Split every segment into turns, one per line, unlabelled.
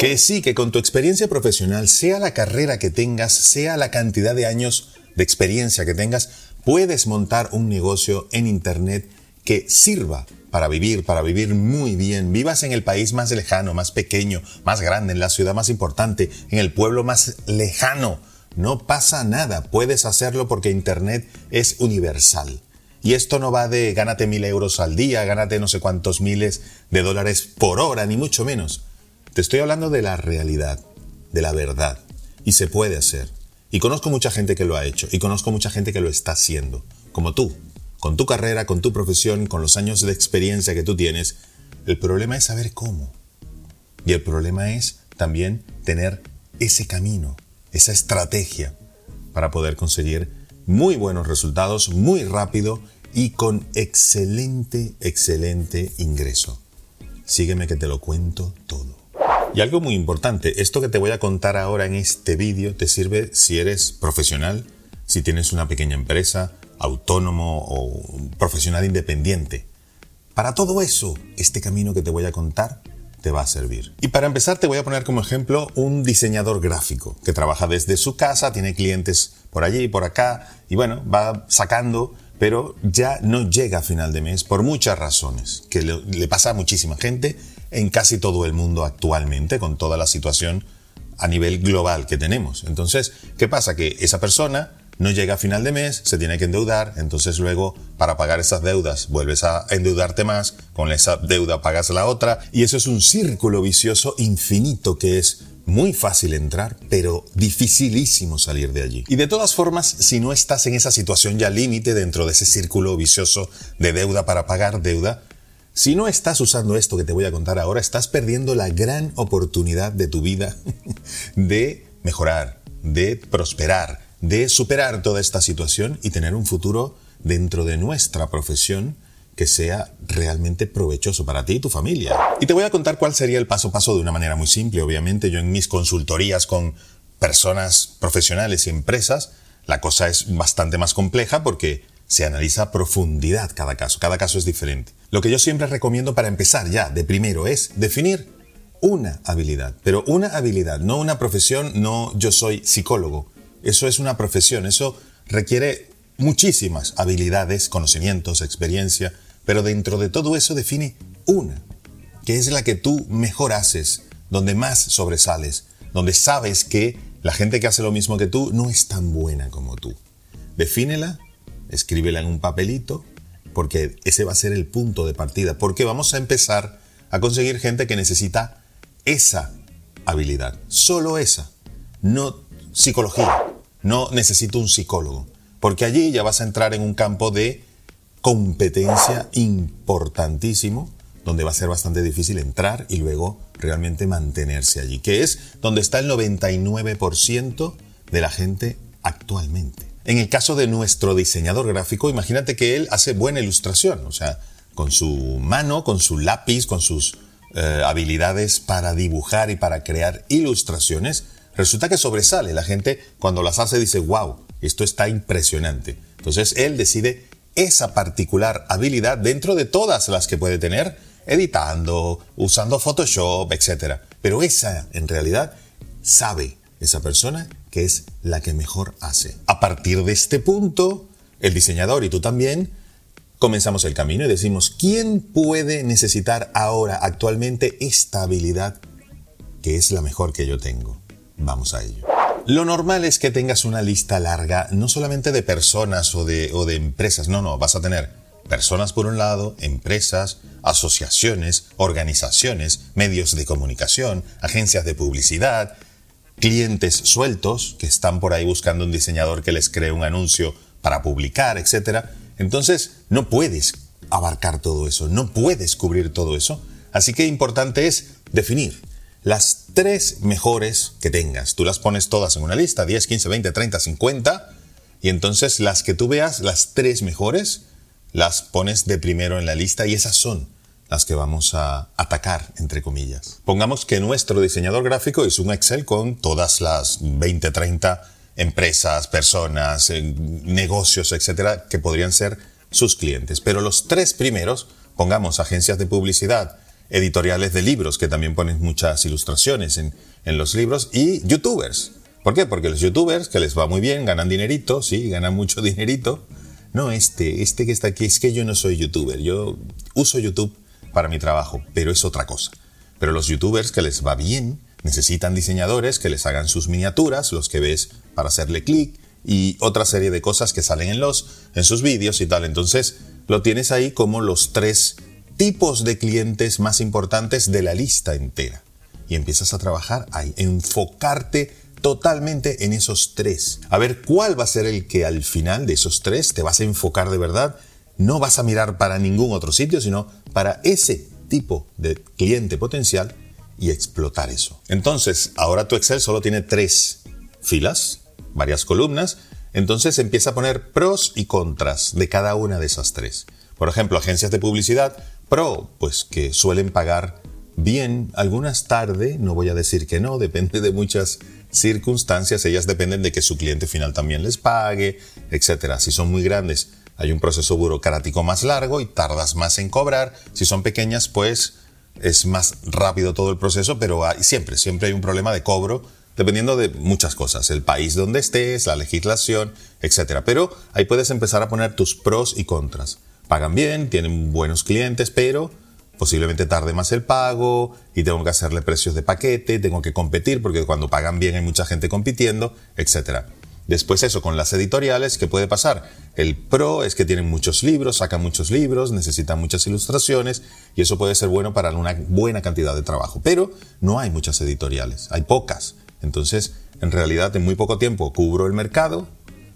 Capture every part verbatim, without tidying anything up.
Que sí, que con tu experiencia profesional, sea la carrera que tengas, sea la cantidad de años de experiencia que tengas, puedes montar un negocio en Internet que sirva para vivir, para vivir muy bien. Vivas en el país más lejano, más pequeño, más grande, en la ciudad más importante, en el pueblo más lejano. No pasa nada, puedes hacerlo porque Internet es universal. Y esto no va de gánate mil euros al día, gánate no sé cuántos miles de dólares por hora, ni mucho menos. Te estoy hablando de la realidad, de la verdad. Y se puede hacer. Y conozco mucha gente que lo ha hecho. Y conozco mucha gente que lo está haciendo. Como tú. Con tu carrera, con tu profesión, con los años de experiencia que tú tienes. El problema es saber cómo. Y el problema es también tener ese camino, esa estrategia para poder conseguir muy buenos resultados, muy rápido y con excelente, excelente ingreso. Sígueme que te lo cuento todo. Y algo muy importante, esto que te voy a contar ahora en este vídeo te sirve si eres profesional, si tienes una pequeña empresa, autónomo o profesional independiente. Para todo eso, este camino que te voy a contar te va a servir. Y para empezar te voy a poner como ejemplo un diseñador gráfico que trabaja desde su casa, tiene clientes por allí y por acá y bueno, va sacando, pero ya no llega a final de mes por muchas razones, que le, le pasa a muchísima gente en casi todo el mundo actualmente, con toda la situación a nivel global que tenemos. Entonces, ¿qué pasa? Que esa persona no llega a final de mes, se tiene que endeudar, entonces luego para pagar esas deudas vuelves a endeudarte más, con esa deuda pagas la otra, y eso es un círculo vicioso infinito que es muy fácil entrar, pero dificilísimo salir de allí. Y de todas formas, si no estás en esa situación ya límite dentro de ese círculo vicioso de deuda para pagar deuda, si no estás usando esto que te voy a contar ahora, estás perdiendo la gran oportunidad de tu vida de mejorar, de prosperar, de superar toda esta situación y tener un futuro dentro de nuestra profesión que sea realmente provechoso para ti y tu familia. Y te voy a contar cuál sería el paso a paso de una manera muy simple. Obviamente yo en mis consultorías con personas profesionales y empresas, la cosa es bastante más compleja porque se analiza a profundidad cada caso. Cada caso es diferente. Lo que yo siempre recomiendo para empezar ya de primero es definir una habilidad. Pero una habilidad, no una profesión, no yo soy psicólogo. Eso es una profesión, eso requiere muchísimas habilidades, conocimientos, experiencia, pero dentro de todo eso define una, que es la que tú mejor haces, donde más sobresales, donde sabes que la gente que hace lo mismo que tú no es tan buena como tú. Defínela, escríbela en un papelito, porque ese va a ser el punto de partida, porque vamos a empezar a conseguir gente que necesita esa habilidad, solo esa, no psicología. No necesito un psicólogo, porque allí ya vas a entrar en un campo de competencia importantísimo, donde va a ser bastante difícil entrar y luego realmente mantenerse allí, que es donde está el noventa y nueve por ciento de la gente actualmente. En el caso de nuestro diseñador gráfico, imagínate que él hace buena ilustración, o sea, con su mano, con su lápiz, con sus eh, habilidades para dibujar y para crear ilustraciones, resulta que sobresale. La gente cuando las hace dice, wow, esto está impresionante. Entonces él decide esa particular habilidad dentro de todas las que puede tener, editando, usando Photoshop, etcétera. Pero esa, en realidad, sabe esa persona que es la que mejor hace. A partir de este punto, el diseñador y tú también comenzamos el camino y decimos, ¿quién puede necesitar ahora, actualmente, esta habilidad que es la mejor que yo tengo? Vamos a ello. Lo normal es que tengas una lista larga, no solamente de personas o de, o de empresas, no, no, vas a tener personas por un lado, empresas, asociaciones, organizaciones, medios de comunicación, agencias de publicidad, clientes sueltos que están por ahí buscando un diseñador que les cree un anuncio para publicar, etcétera. Entonces, no puedes abarcar todo eso, no puedes cubrir todo eso. Así que importante es definir las tres mejores que tengas. Tú las pones todas en una lista, diez, quince, veinte, treinta, cincuenta, y entonces las que tú veas, las tres mejores, las pones de primero en la lista y esas son las que vamos a atacar, entre comillas. Pongamos que nuestro diseñador gráfico es un Excel con todas las veinte, treinta empresas, personas, negocios, etcétera, que podrían ser sus clientes. Pero los tres primeros, pongamos agencias de publicidad, editoriales de libros que también ponen muchas ilustraciones en, en los libros, y youtubers. ¿Por qué? Porque los youtubers, que les va muy bien, ganan dinerito, sí, ganan mucho dinerito. No, este, este que está aquí, es que yo no soy youtuber, yo uso YouTube para mi trabajo, pero es otra cosa. Pero los youtubers que les va bien necesitan diseñadores que les hagan sus miniaturas, los que ves para hacerle clic, y otra serie de cosas que salen en, los, en sus vídeos y tal. Entonces lo tienes ahí como los tres tipos de clientes más importantes de la lista entera. Y empiezas a trabajar ahí, enfocarte totalmente en esos tres. A ver cuál va a ser el que al final de esos tres te vas a enfocar de verdad. No vas a mirar para ningún otro sitio, sino para ese tipo de cliente potencial y explotar eso. Entonces, ahora tu Excel solo tiene tres filas, varias columnas. Entonces empieza a poner pros y contras de cada una de esas tres. Por ejemplo, agencias de publicidad, pro, pues que suelen pagar bien, algunas tarde, no voy a decir que no, depende de muchas circunstancias, ellas dependen de que su cliente final también les pague, etcétera. Si son muy grandes, hay un proceso burocrático más largo y tardas más en cobrar. Si son pequeñas, pues es más rápido todo el proceso, pero hay, siempre, siempre hay un problema de cobro, dependiendo de muchas cosas, el país donde estés, la legislación, etcétera. Pero ahí puedes empezar a poner tus pros y contras. Pagan bien, tienen buenos clientes, pero posiblemente tarde más el pago y tengo que hacerle precios de paquete, tengo que competir porque cuando pagan bien hay mucha gente compitiendo, etcétera. Después eso, con las editoriales, ¿qué puede pasar? El pro es que tienen muchos libros, sacan muchos libros, necesitan muchas ilustraciones y eso puede ser bueno para una buena cantidad de trabajo. Pero no hay muchas editoriales, hay pocas. Entonces, en realidad, en muy poco tiempo cubro el mercado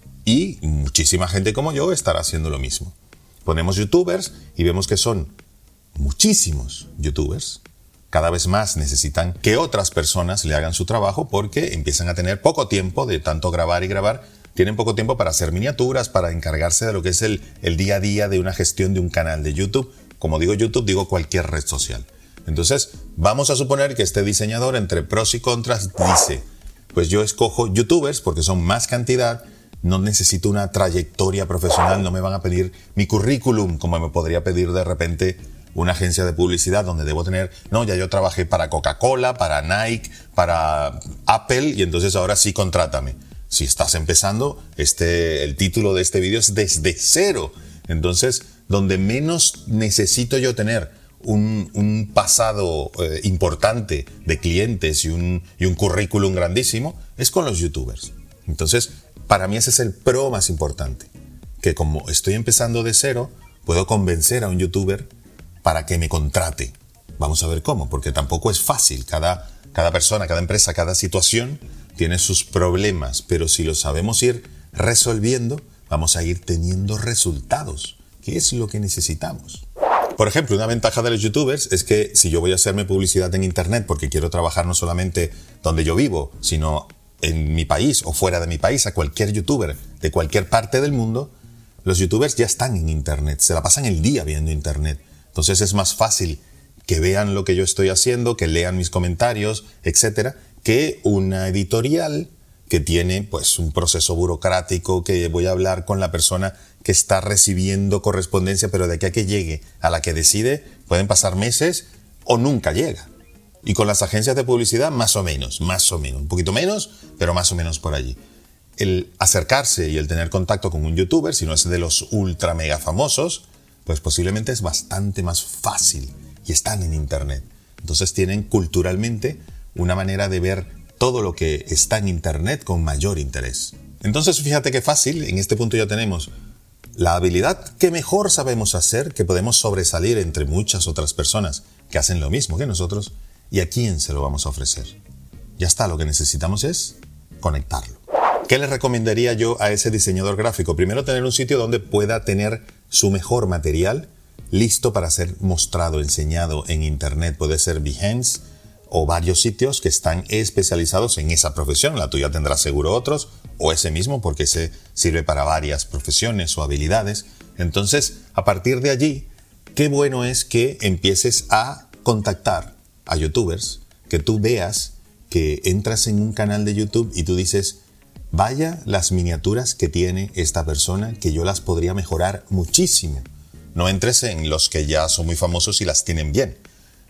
y muchísima gente como yo estará haciendo lo mismo. Ponemos youtubers y vemos que son muchísimos youtubers. Cada vez más necesitan que otras personas le hagan su trabajo porque empiezan a tener poco tiempo de tanto grabar y grabar. Tienen poco tiempo para hacer miniaturas, para encargarse de lo que es el, el día a día de una gestión de un canal de YouTube. Como digo YouTube, digo cualquier red social. Entonces, vamos a suponer que este diseñador, entre pros y contras, dice, pues yo escojo youtubers porque son más cantidad, no necesito una trayectoria profesional, no me van a pedir mi currículum como me podría pedir de repente una agencia de publicidad donde debo tener, no, ya yo trabajé para Coca-Cola, para Nike, para Apple y entonces ahora sí contrátame. Si estás empezando, este, el título de este vídeo es Desde Cero. Entonces, donde menos necesito yo tener un, un pasado eh, importante de clientes y un, y un currículum grandísimo, es con los youtubers. Entonces, para mí ese es el pro más importante. Que como estoy empezando de cero, puedo convencer a un youtuber para que me contrate. Vamos a ver cómo, porque tampoco es fácil. Cada, cada persona, cada empresa, cada situación tiene sus problemas, pero si lo sabemos ir resolviendo, vamos a ir teniendo resultados, que es lo que necesitamos. Por ejemplo, una ventaja de los youtubers es que si yo voy a hacerme publicidad en internet porque quiero trabajar no solamente donde yo vivo, sino en mi país o fuera de mi país, a cualquier youtuber de cualquier parte del mundo, los youtubers ya están en internet, se la pasan el día viendo internet. Entonces es más fácil que vean lo que yo estoy haciendo, que lean mis comentarios, etcétera, que una editorial que tiene pues un proceso burocrático, que voy a hablar con la persona que está recibiendo correspondencia, pero de aquí a que llegue a la que decide pueden pasar meses o nunca llega. Y con las agencias de publicidad más o menos, más o menos, un poquito menos, pero más o menos por allí. El acercarse y el tener contacto con un youtuber, si no es de los ultra mega famosos, pues posiblemente es bastante más fácil y están en internet. Entonces tienen culturalmente una manera de ver todo lo que está en internet con mayor interés. Entonces fíjate qué fácil, en este punto ya tenemos la habilidad que mejor sabemos hacer, que podemos sobresalir entre muchas otras personas que hacen lo mismo que nosotros, y a quién se lo vamos a ofrecer. Ya está, lo que necesitamos es conectarlo. ¿Qué le recomendaría yo a ese diseñador gráfico? Primero, tener un sitio donde pueda tener su mejor material listo para ser mostrado, enseñado en internet. Puede ser Behance o varios sitios que están especializados en esa profesión. La tuya tendrá seguro otros, o ese mismo, porque ese sirve para varias profesiones o habilidades. Entonces, a partir de allí, qué bueno es que empieces a contactar a youtubers, que tú veas que entras en un canal de YouTube y tú dices, vaya las miniaturas que tiene esta persona, que yo las podría mejorar muchísimo. No entres en los que ya son muy famosos y las tienen bien.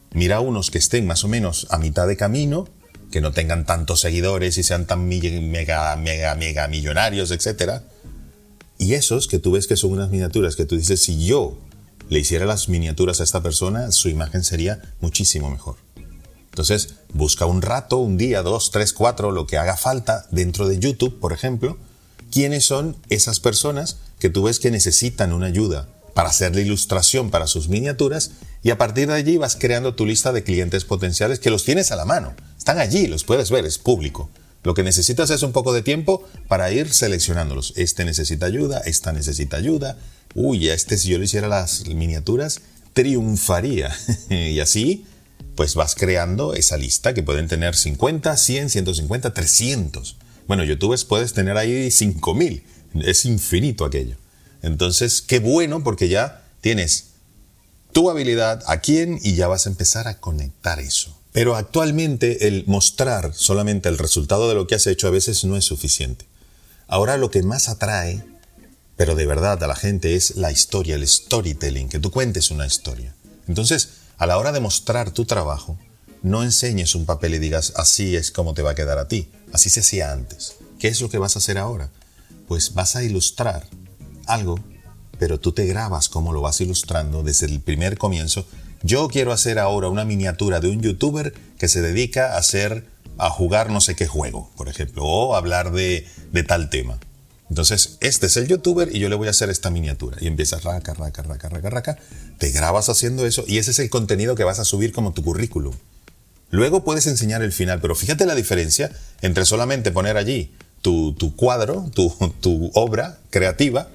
Mira unos que estén más o menos a mitad de camino, que no tengan tantos seguidores y sean tan mega, mega, mega millonarios, etcétera. Y esos que tú ves que son unas miniaturas que tú dices, si yo le hiciera las miniaturas a esta persona, su imagen sería muchísimo mejor. Entonces, busca un rato, un día, dos, tres, cuatro, lo que haga falta dentro de YouTube, por ejemplo, quiénes son esas personas que tú ves que necesitan una ayuda para hacer la ilustración para sus miniaturas, y a partir de allí vas creando tu lista de clientes potenciales que los tienes a la mano. Están allí, los puedes ver, es público. Lo que necesitas es un poco de tiempo para ir seleccionándolos. Este necesita ayuda, esta necesita ayuda. Uy, a este si yo le hiciera las miniaturas, triunfaría. Y así, pues vas creando esa lista que pueden tener cincuenta, cien, ciento cincuenta, trescientos. Bueno, youtubers puedes tener ahí cinco mil. Es infinito aquello. Entonces, qué bueno, porque ya tienes tu habilidad, a quién, y ya vas a empezar a conectar eso. Pero actualmente el mostrar solamente el resultado de lo que has hecho a veces no es suficiente. Ahora lo que más atrae, pero de verdad a la gente, es la historia, el storytelling, que tú cuentes una historia. Entonces, a la hora de mostrar tu trabajo, no enseñes un papel y digas, así es como te va a quedar a ti. Así se hacía antes. ¿Qué es lo que vas a hacer ahora? Pues vas a ilustrar algo, pero tú te grabas cómo lo vas ilustrando desde el primer comienzo. Yo quiero hacer ahora una miniatura de un youtuber que se dedica a hacer, a jugar no sé qué juego, por ejemplo, o hablar de, de tal tema. Entonces, este es el youtuber y yo le voy a hacer esta miniatura. Y empiezas raca, raca, raca, raca, raca, te grabas haciendo eso y ese es el contenido que vas a subir como tu currículum. Luego puedes enseñar el final, pero fíjate la diferencia entre solamente poner allí tu, tu cuadro, tu, tu obra creativa,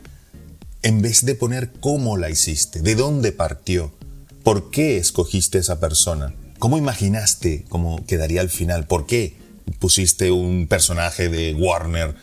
en vez de poner cómo la hiciste, de dónde partió, por qué escogiste esa persona, cómo imaginaste cómo quedaría al final, por qué pusiste un personaje de Warner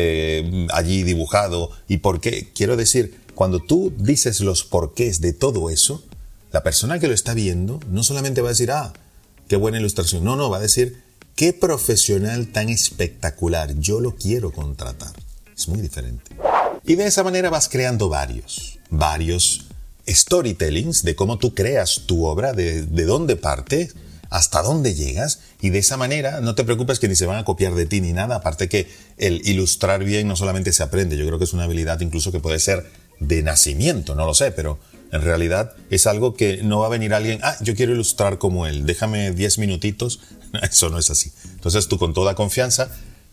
eh, allí dibujado y por qué. Quiero decir, cuando tú dices los porqués de todo eso, la persona que lo está viendo no solamente va a decir, ah, qué buena ilustración, no, no, va a decir, qué profesional tan espectacular, yo lo quiero contratar. Es muy diferente. Y de esa manera vas creando varios, varios storytellings de cómo tú creas tu obra, de, de dónde parte, hasta dónde llegas, y de esa manera no te preocupes que ni se van a copiar de ti ni nada, aparte que el ilustrar bien no solamente se aprende, yo creo que es una habilidad incluso que puede ser de nacimiento, no lo sé, pero en realidad es algo que no va a venir alguien, ah, yo quiero ilustrar como él, déjame diez minutitos, eso no es así. Entonces tú con toda confianza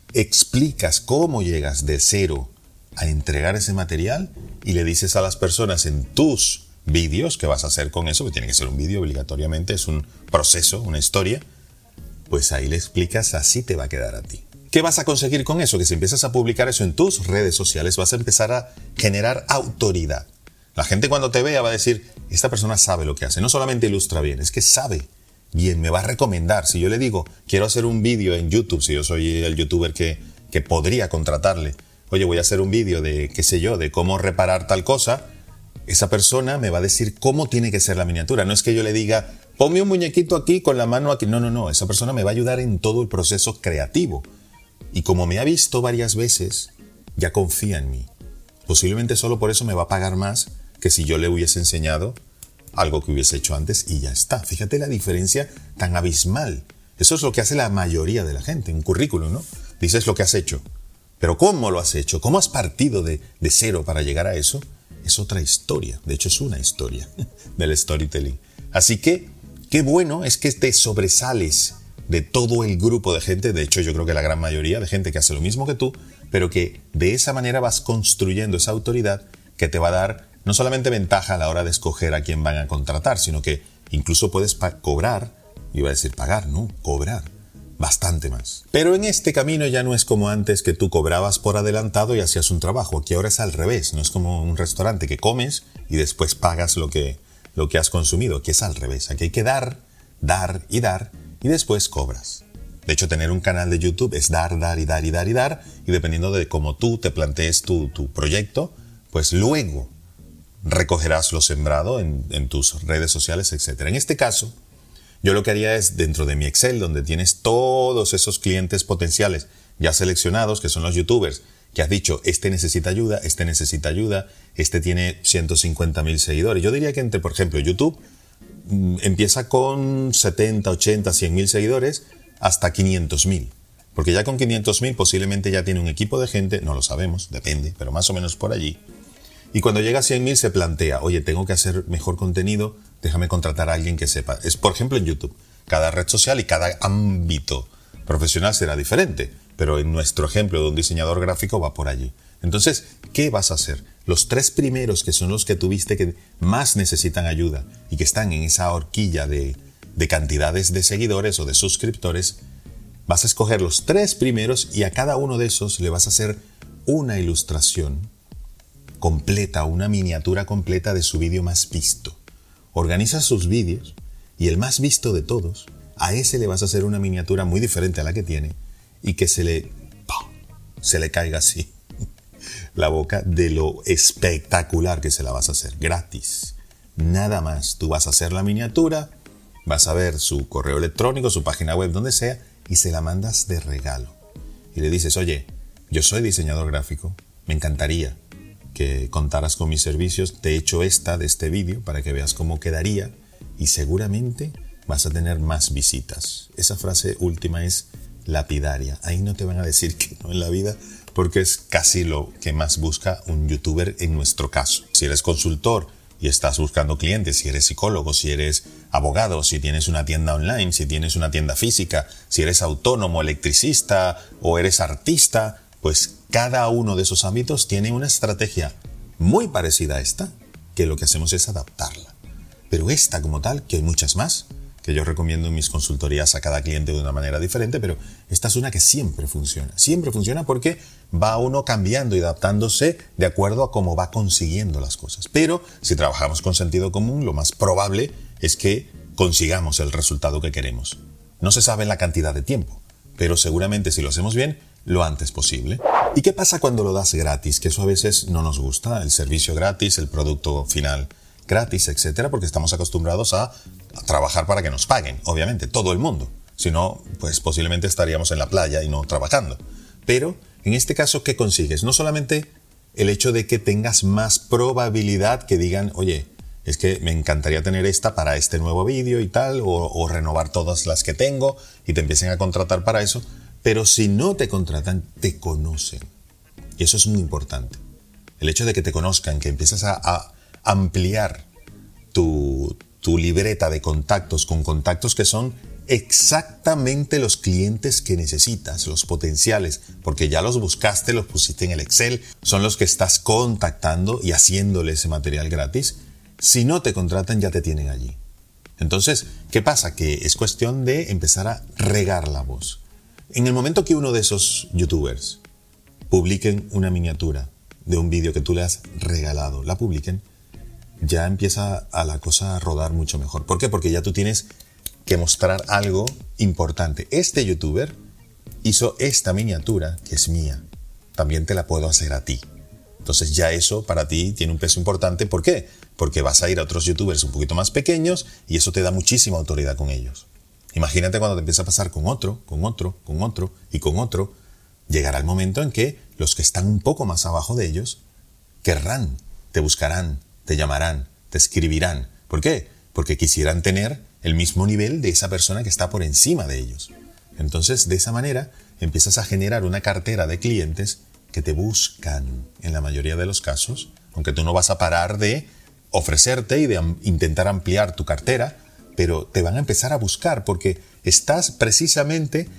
explicas cómo llegas de cero a entregar ese material y le dices a las personas en tus vídeos qué vas a hacer con eso, que tiene que ser un vídeo obligatoriamente, es un proceso, una historia, pues ahí le explicas, así te va a quedar a ti. ¿Qué vas a conseguir con eso? Que si empiezas a publicar eso en tus redes sociales vas a empezar a generar autoridad. La gente cuando te vea va a decir, esta persona sabe lo que hace, no solamente ilustra bien, es que sabe bien, me va a recomendar. Si yo le digo, quiero hacer un vídeo en YouTube, si yo soy el youtuber que, que podría contratarle, oye, voy a hacer un vídeo de, qué sé yo, de cómo reparar tal cosa, esa persona me va a decir cómo tiene que ser la miniatura. No es que yo le diga, ponme un muñequito aquí con la mano aquí. No, no, no. Esa persona me va a ayudar en todo el proceso creativo. Y como me ha visto varias veces, ya confía en mí. Posiblemente solo por eso me va a pagar más que si yo le hubiese enseñado algo que hubiese hecho antes y ya está. Fíjate la diferencia tan abismal. Eso es lo que hace la mayoría de la gente, un currículum, ¿no? Dices lo que has hecho. Pero ¿cómo lo has hecho? ¿Cómo has partido de, de cero para llegar a eso? Es otra historia. De hecho, es una historia del storytelling. Así que, qué bueno es que te sobresales de todo el grupo de gente. De hecho, yo creo que la gran mayoría de gente que hace lo mismo que tú, pero que de esa manera vas construyendo esa autoridad que te va a dar no solamente ventaja a la hora de escoger a quién van a contratar, sino que incluso puedes cobrar, iba a decir pagar, ¿no? Cobrar. Bastante más. Pero en este camino ya no es como antes que tú cobrabas por adelantado y hacías un trabajo. Aquí ahora es al revés. No es como un restaurante que comes y después pagas lo que, lo que has consumido. Aquí es al revés. Aquí hay que dar, dar y dar y después cobras. De hecho, tener un canal de YouTube es dar, dar y dar y dar y dar. Y dependiendo de cómo tú te plantees tu, tu proyecto, pues luego recogerás lo sembrado en, en tus redes sociales, etcétera. En este caso, yo lo que haría es, dentro de mi Excel, donde tienes todos esos clientes potenciales ya seleccionados, que son los youtubers, que has dicho, este necesita ayuda, este necesita ayuda, este tiene ciento cincuenta mil seguidores. Yo diría que entre, por ejemplo, YouTube, empieza con setenta, ochenta, cien mil seguidores hasta quinientos mil. Porque ya con quinientos mil posiblemente ya tiene un equipo de gente, no lo sabemos, depende, pero más o menos por allí. Y cuando llega a cien mil se plantea, oye, tengo que hacer mejor contenido, déjame contratar a alguien que sepa. Es, por ejemplo, en YouTube. Cada red social y cada ámbito profesional será diferente, pero en nuestro ejemplo de un diseñador gráfico va por allí. Entonces, ¿qué vas a hacer? Los tres primeros, que son los que tuviste que más necesitan ayuda y que están en esa horquilla de, de cantidades de seguidores o de suscriptores, vas a escoger los tres primeros y a cada uno de esos le vas a hacer una ilustración completa, una miniatura completa de su vídeo más visto. Organizas sus vídeos y el más visto de todos, a ese le vas a hacer una miniatura muy diferente a la que tiene y que se le, ¡pum!, se le caiga así la boca de lo espectacular que se la vas a hacer, gratis. Nada más, tú vas a hacer la miniatura, vas a ver su correo electrónico, su página web, donde sea, y se la mandas de regalo. Y le dices, oye, yo soy diseñador gráfico, me encantaría que contaras con mis servicios, te he hecho esta de este vídeo para que veas cómo quedaría y seguramente vas a tener más visitas. Esa frase última es lapidaria. Ahí no te van a decir que no en la vida, porque es casi lo que más busca un youtuber en nuestro caso. Si eres consultor y estás buscando clientes, si eres psicólogo, si eres abogado, si tienes una tienda online, si tienes una tienda física, si eres autónomo, electricista o eres artista, pues cada uno de esos ámbitos tiene una estrategia muy parecida a esta, que lo que hacemos es adaptarla. Pero esta como tal, que hay muchas más, que yo recomiendo en mis consultorías a cada cliente de una manera diferente, pero esta es una que siempre funciona. Siempre funciona porque va uno cambiando y adaptándose de acuerdo a cómo va consiguiendo las cosas. Pero si trabajamos con sentido común, lo más probable es que consigamos el resultado que queremos. No se sabe la cantidad de tiempo, pero seguramente si lo hacemos bien, lo antes posible. ¿Y qué pasa cuando lo das gratis? Que eso a veces no nos gusta, el servicio gratis, el producto final gratis, etcétera, porque estamos acostumbrados a, a trabajar para que nos paguen, obviamente, todo el mundo. Si no, pues posiblemente estaríamos en la playa y no trabajando. Pero, en este caso, ¿qué consigues? No solamente el hecho de que tengas más probabilidad que digan, oye, es que me encantaría tener esta para este nuevo vídeo y tal, o, o renovar todas las que tengo y te empiecen a contratar para eso, pero si no te contratan, te conocen. Y eso es muy importante. El hecho de que te conozcan, que empiezas a, a ampliar tu, tu libreta de contactos con contactos que son exactamente los clientes que necesitas, los potenciales, porque ya los buscaste, los pusiste en el Excel, son los que estás contactando y haciéndole ese material gratis. Si no te contratan, ya te tienen allí. Entonces, ¿qué pasa? Que es cuestión de empezar a regar la voz. En el momento que uno de esos youtubers publiquen una miniatura de un vídeo que tú le has regalado, la publiquen, ya empieza a la cosa a rodar mucho mejor. ¿Por qué? Porque ya tú tienes que mostrar algo importante. Este youtuber hizo esta miniatura que es mía. También te la puedo hacer a ti. Entonces ya eso para ti tiene un peso importante. ¿Por qué? Porque vas a ir a otros youtubers un poquito más pequeños y eso te da muchísima autoridad con ellos. Imagínate cuando te empieza a pasar con otro, con otro, con otro y con otro. Llegará el momento en que los que están un poco más abajo de ellos querrán, te buscarán, te llamarán, te escribirán. ¿Por qué? Porque quisieran tener el mismo nivel de esa persona que está por encima de ellos. Entonces, de esa manera, empiezas a generar una cartera de clientes que te buscan en la mayoría de los casos, aunque tú no vas a parar de ofrecerte y de intentar ampliar tu cartera, pero te van a empezar a buscar porque estás precisamente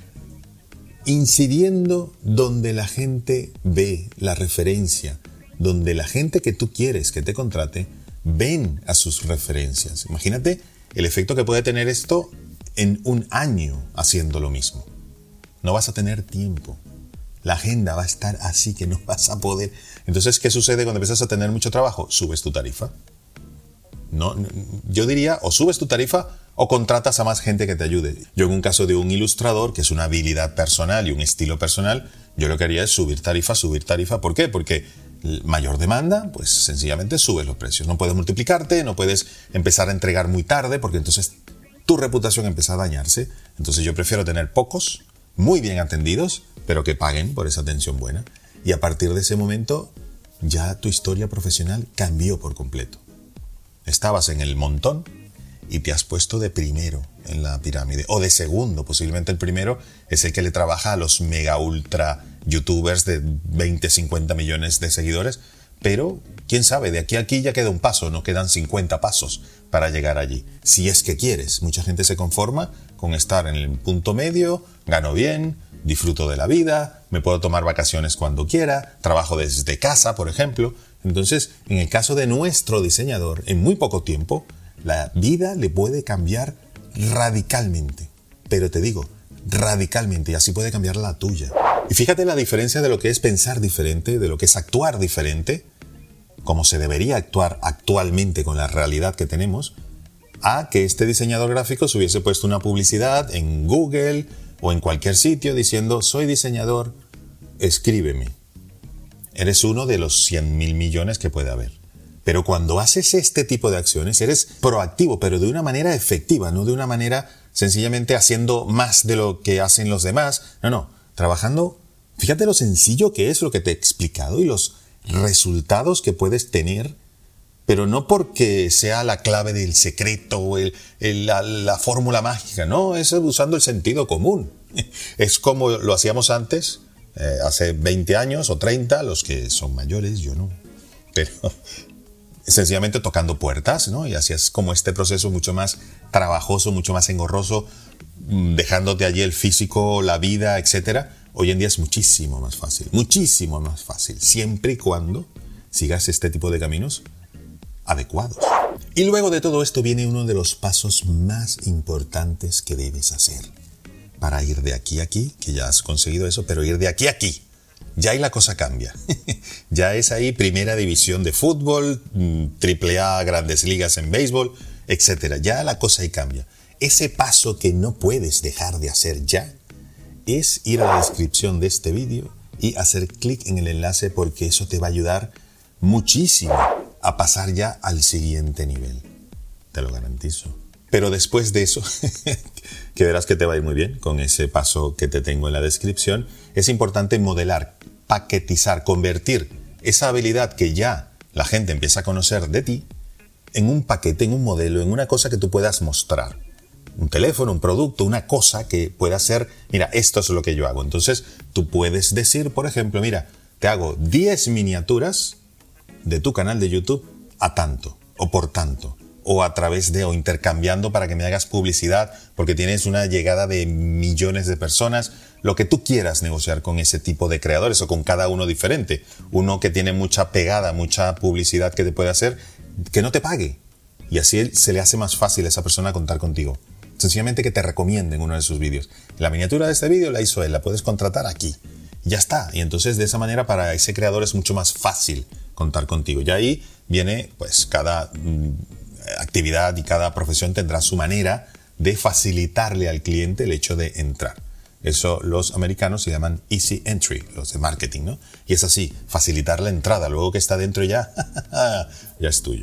incidiendo donde la gente ve la referencia, donde la gente que tú quieres que te contrate ven a sus referencias. Imagínate el efecto que puede tener esto en un año haciendo lo mismo. No vas a tener tiempo. La agenda va a estar así que no vas a poder. Entonces, ¿qué sucede cuando empiezas a tener mucho trabajo? Subes tu tarifa. No, yo diría, o subes tu tarifa o contratas a más gente que te ayude. Yo en un caso de un ilustrador, que es una habilidad personal y un estilo personal, yo lo que haría es subir tarifa, subir tarifa. ¿Por qué? Porque mayor demanda, pues sencillamente subes los precios. No puedes multiplicarte, no puedes empezar a entregar muy tarde, porque entonces tu reputación empieza a dañarse. Entonces yo prefiero tener pocos, muy bien atendidos, pero que paguen por esa atención buena. Y a partir de ese momento, ya tu historia profesional cambió por completo. Estabas en el montón y te has puesto de primero en la pirámide, o de segundo. Posiblemente el primero es el que le trabaja a los mega ultra youtubers de veinte, cincuenta millones de seguidores, pero quién sabe, de aquí a aquí ya queda un paso, no quedan cincuenta pasos para llegar allí. Si es que quieres, mucha gente se conforma con estar en el punto medio, gano bien, disfruto de la vida, me puedo tomar vacaciones cuando quiera, trabajo desde casa, por ejemplo. Entonces, en el caso de nuestro diseñador, en muy poco tiempo, la vida le puede cambiar radicalmente. Pero te digo, radicalmente, y así puede cambiar la tuya. Y fíjate la diferencia de lo que es pensar diferente, de lo que es actuar diferente, como se debería actuar actualmente con la realidad que tenemos, a que este diseñador gráfico se hubiese puesto una publicidad en Google o en cualquier sitio diciendo: soy diseñador, escríbeme. Eres uno de los cien mil millones que puede haber. Pero cuando haces este tipo de acciones, eres proactivo, pero de una manera efectiva, no de una manera sencillamente haciendo más de lo que hacen los demás. No, no, trabajando. Fíjate lo sencillo que es lo que te he explicado y los resultados que puedes tener, pero no porque sea la clave del secreto o el, el, la, la fórmula mágica, no, es usando el sentido común. Es como lo hacíamos antes, eh, hace veinte años o treinta, los que son mayores, yo no, pero sencillamente tocando puertas, ¿no? Y así es como este proceso mucho más trabajoso, mucho más engorroso, dejándote allí el físico, la vida, etcétera. Hoy en día es muchísimo más fácil, muchísimo más fácil, siempre y cuando sigas este tipo de caminos adecuados. Y luego de todo esto viene uno de los pasos más importantes que debes hacer para ir de aquí a aquí, que ya has conseguido eso, pero ir de aquí a aquí. Ya ahí la cosa cambia. Ya es ahí primera división de fútbol, triple A, grandes ligas en béisbol, etcétera. Ya la cosa ahí cambia. Ese paso que no puedes dejar de hacer ya es ir a la descripción de este vídeo y hacer clic en el enlace, porque eso te va a ayudar muchísimo a pasar ya al siguiente nivel. Te lo garantizo. Pero después de eso, que verás que te va a ir muy bien con ese paso que te tengo en la descripción, es importante modelar, paquetizar, convertir esa habilidad que ya la gente empieza a conocer de ti en un paquete, en un modelo, en una cosa que tú puedas mostrar. Un teléfono, un producto, una cosa que pueda ser: mira, esto es lo que yo hago. Entonces, tú puedes decir, por ejemplo, mira, te hago diez miniaturas de tu canal de YouTube a tanto, o por tanto, o a través de, o intercambiando para que me hagas publicidad, porque tienes una llegada de millones de personas, lo que tú quieras negociar con ese tipo de creadores, o con cada uno diferente. Uno que tiene mucha pegada, mucha publicidad que te puede hacer, que no te pague. Y así se le hace más fácil a esa persona contar contigo. Sencillamente que te recomienden uno de sus vídeos. La miniatura de este vídeo la hizo él, la puedes contratar aquí. Y ya está. Y entonces de esa manera para ese creador es mucho más fácil contar contigo. Y ahí viene, pues cada mm, actividad y cada profesión tendrá su manera de facilitarle al cliente el hecho de entrar. Eso los americanos se llaman easy entry, los de marketing, ¿no? Y es así, facilitar la entrada. Luego que está dentro ya, ya es tuyo,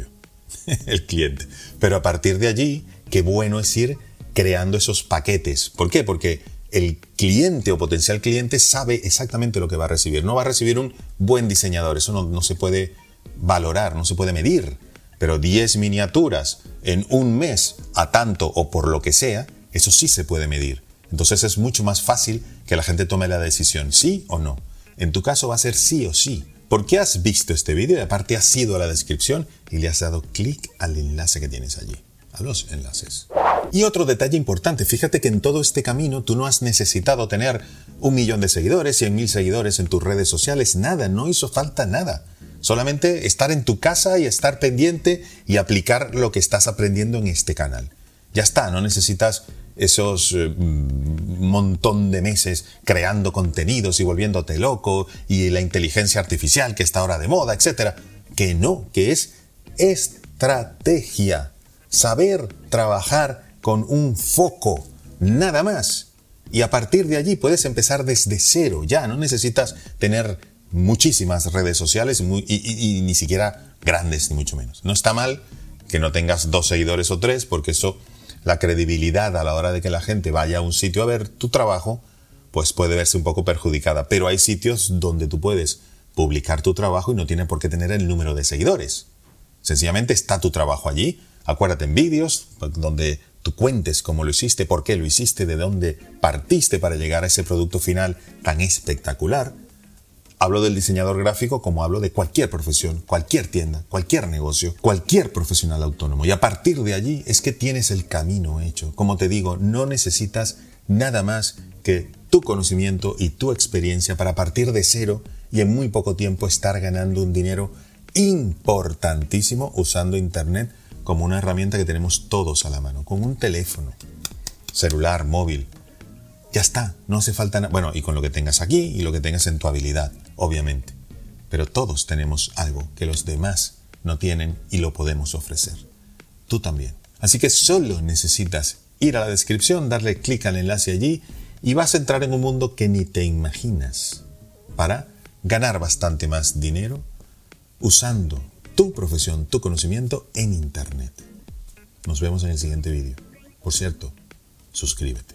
el cliente. Pero a partir de allí, qué bueno es ir creando esos paquetes. ¿Por qué? Porque el cliente o potencial cliente sabe exactamente lo que va a recibir. No va a recibir un buen diseñador. Eso no, no se puede valorar, no se puede medir. Pero diez miniaturas en un mes a tanto o por lo que sea, eso sí se puede medir. Entonces es mucho más fácil que la gente tome la decisión, sí o no. En tu caso va a ser sí o sí. Porque has visto este vídeo y aparte has ido a la descripción y le has dado clic al enlace que tienes allí. A los enlaces. Y otro detalle importante, fíjate que en todo este camino tú no has necesitado tener un millón de seguidores, cien mil seguidores en tus redes sociales, nada, no hizo falta nada. Solamente estar en tu casa y estar pendiente y aplicar lo que estás aprendiendo en este canal. Ya está, no necesitas esos eh, montón de meses creando contenidos y volviéndote loco y la inteligencia artificial que está ahora de moda, etcétera. Que no, que es estrategia. Saber trabajar con un foco, nada más. Y a partir de allí puedes empezar desde cero. Ya no necesitas tener muchísimas redes sociales muy, y, y, y ni siquiera grandes, ni mucho menos. No está mal que no tengas dos seguidores o tres, porque eso, la credibilidad a la hora de que la gente vaya a un sitio a ver tu trabajo, pues puede verse un poco perjudicada. Pero hay sitios donde tú puedes publicar tu trabajo y no tiene por qué tener el número de seguidores. Sencillamente está tu trabajo allí. Acuérdate en vídeos donde tú cuentes cómo lo hiciste, por qué lo hiciste, de dónde partiste para llegar a ese producto final tan espectacular. Hablo del diseñador gráfico como hablo de cualquier profesión, cualquier tienda, cualquier negocio, cualquier profesional autónomo. Y a partir de allí es que tienes el camino hecho. Como te digo, no necesitas nada más que tu conocimiento y tu experiencia para partir de cero y en muy poco tiempo estar ganando un dinero importantísimo usando Internet como una herramienta que tenemos todos a la mano, con un teléfono, celular, móvil. Ya está, no hace falta nada. Bueno, y con lo que tengas aquí y lo que tengas en tu habilidad, obviamente. Pero todos tenemos algo que los demás no tienen y lo podemos ofrecer. Tú también. Así que solo necesitas ir a la descripción, darle clic al enlace allí y vas a entrar en un mundo que ni te imaginas para ganar bastante más dinero usando tu profesión, tu conocimiento en Internet. Nos vemos en el siguiente vídeo. Por cierto, suscríbete.